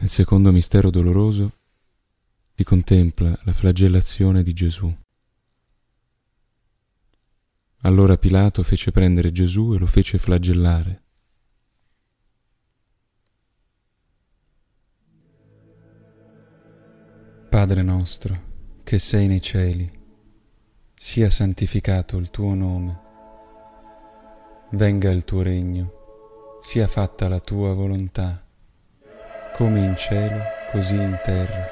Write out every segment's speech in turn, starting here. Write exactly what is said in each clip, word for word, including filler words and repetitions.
Nel secondo mistero doloroso si contempla la flagellazione di Gesù. Allora Pilato fece prendere Gesù e lo fece flagellare. Padre nostro, che sei nei cieli, sia santificato il tuo nome. Venga il tuo regno, sia fatta la tua volontà, come in cielo, così in terra.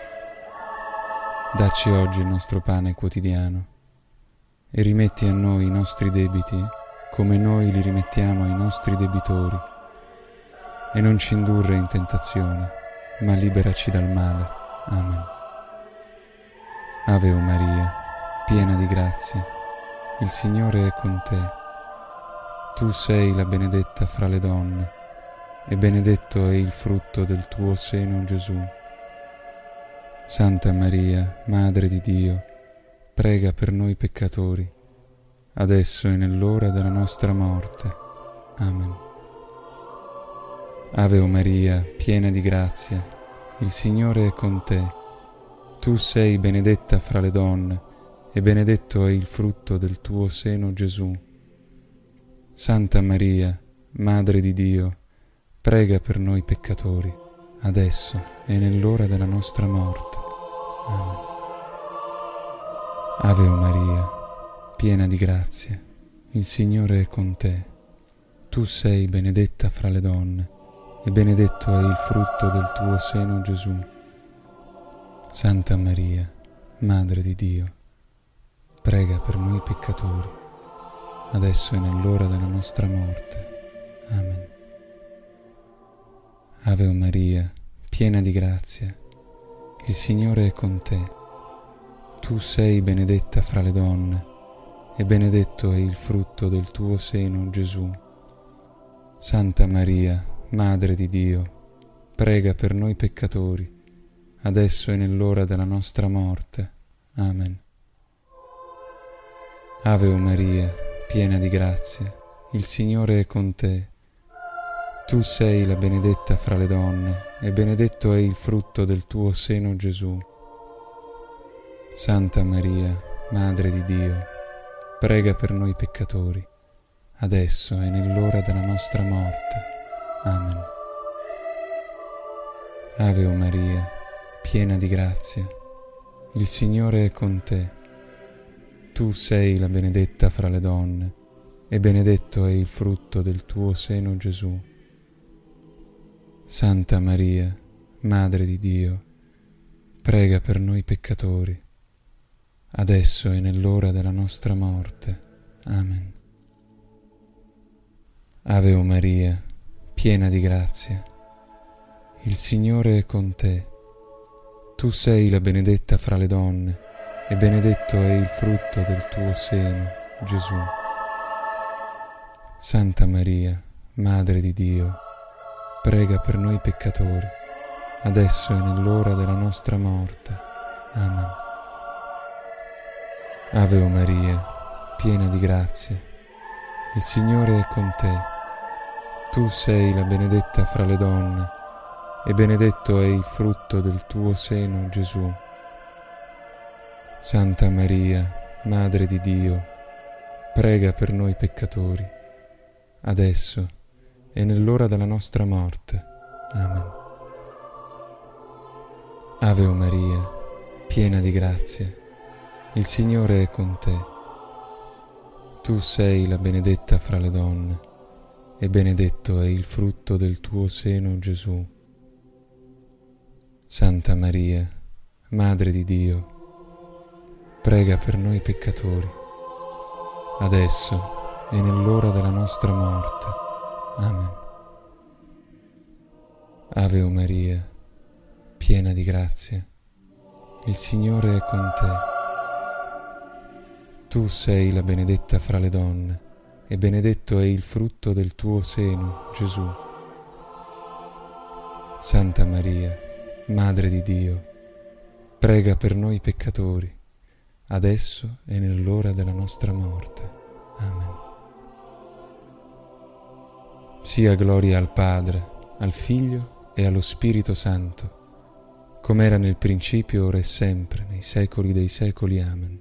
Dacci oggi il nostro pane quotidiano e rimetti a noi i nostri debiti come noi li rimettiamo ai nostri debitori. E non ci indurre in tentazione, ma liberaci dal male. Amen. Ave o Maria, piena di grazia, il Signore è con te. Tu sei la benedetta fra le donne, e benedetto è il frutto del tuo seno, Gesù. Santa Maria, Madre di Dio, prega per noi peccatori, adesso e nell'ora della nostra morte. Amen. Ave o Maria, piena di grazia, il Signore è con te. Tu sei benedetta fra le donne, e benedetto è il frutto del tuo seno, Gesù. Santa Maria, Madre di Dio, prega per noi peccatori, adesso e nell'ora della nostra morte. Amen. Ave o Maria, piena di grazia, il Signore è con te. Tu sei benedetta fra le donne, e benedetto è il frutto del tuo seno, Gesù. Santa Maria, Madre di Dio, prega per noi peccatori, adesso e nell'ora della nostra morte. Amen. Ave o Maria, piena di grazia, il Signore è con te. Tu sei benedetta fra le donne, e benedetto è il frutto del tuo seno, Gesù. Santa Maria, Madre di Dio, prega per noi peccatori, adesso e nell'ora della nostra morte. Amen. Ave o Maria, piena di grazia, il Signore è con te. Tu sei la benedetta fra le donne, e benedetto è il frutto del tuo seno, Gesù. Santa Maria, Madre di Dio, prega per noi peccatori, adesso e nell'ora della nostra morte. Amen. Ave o Maria, piena di grazia, il Signore è con te. Tu sei la benedetta fra le donne, e benedetto è il frutto del tuo seno, Gesù. Santa Maria, Madre di Dio, prega per noi peccatori, adesso e nell'ora della nostra morte. Amen. Ave o Maria, piena di grazia, il Signore è con te. Tu sei la benedetta fra le donne, e benedetto è il frutto del tuo seno, Gesù. Santa Maria, Madre di Dio, prega per noi peccatori, adesso e nell'ora della nostra morte. Amen. Ave o Maria, piena di grazia, il Signore è con te. Tu sei la benedetta fra le donne, e benedetto è il frutto del tuo seno, Gesù. Santa Maria, Madre di Dio, prega per noi peccatori, adesso e nell'ora della nostra morte. Amen. Ave o Maria, piena di grazia, il Signore è con te. Tu sei la benedetta fra le donne, e benedetto è il frutto del tuo seno, Gesù. Santa Maria, Madre di Dio, prega per noi peccatori, adesso e nell'ora della nostra morte. Amen. Ave o Maria, piena di grazia, il Signore è con te. Tu sei la benedetta fra le donne, e benedetto è il frutto del tuo seno, Gesù. Santa Maria, Madre di Dio, prega per noi peccatori, adesso e nell'ora della nostra morte. Amen. Sia gloria al Padre, al Figlio e allo Spirito Santo, come era nel principio, ora e sempre, nei secoli dei secoli. Amen.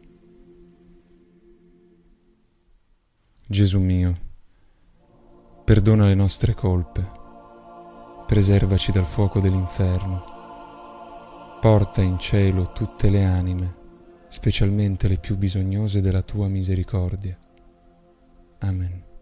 Gesù mio, perdona le nostre colpe, preservaci dal fuoco dell'inferno, porta in cielo tutte le anime, specialmente le più bisognose della tua misericordia. Amen.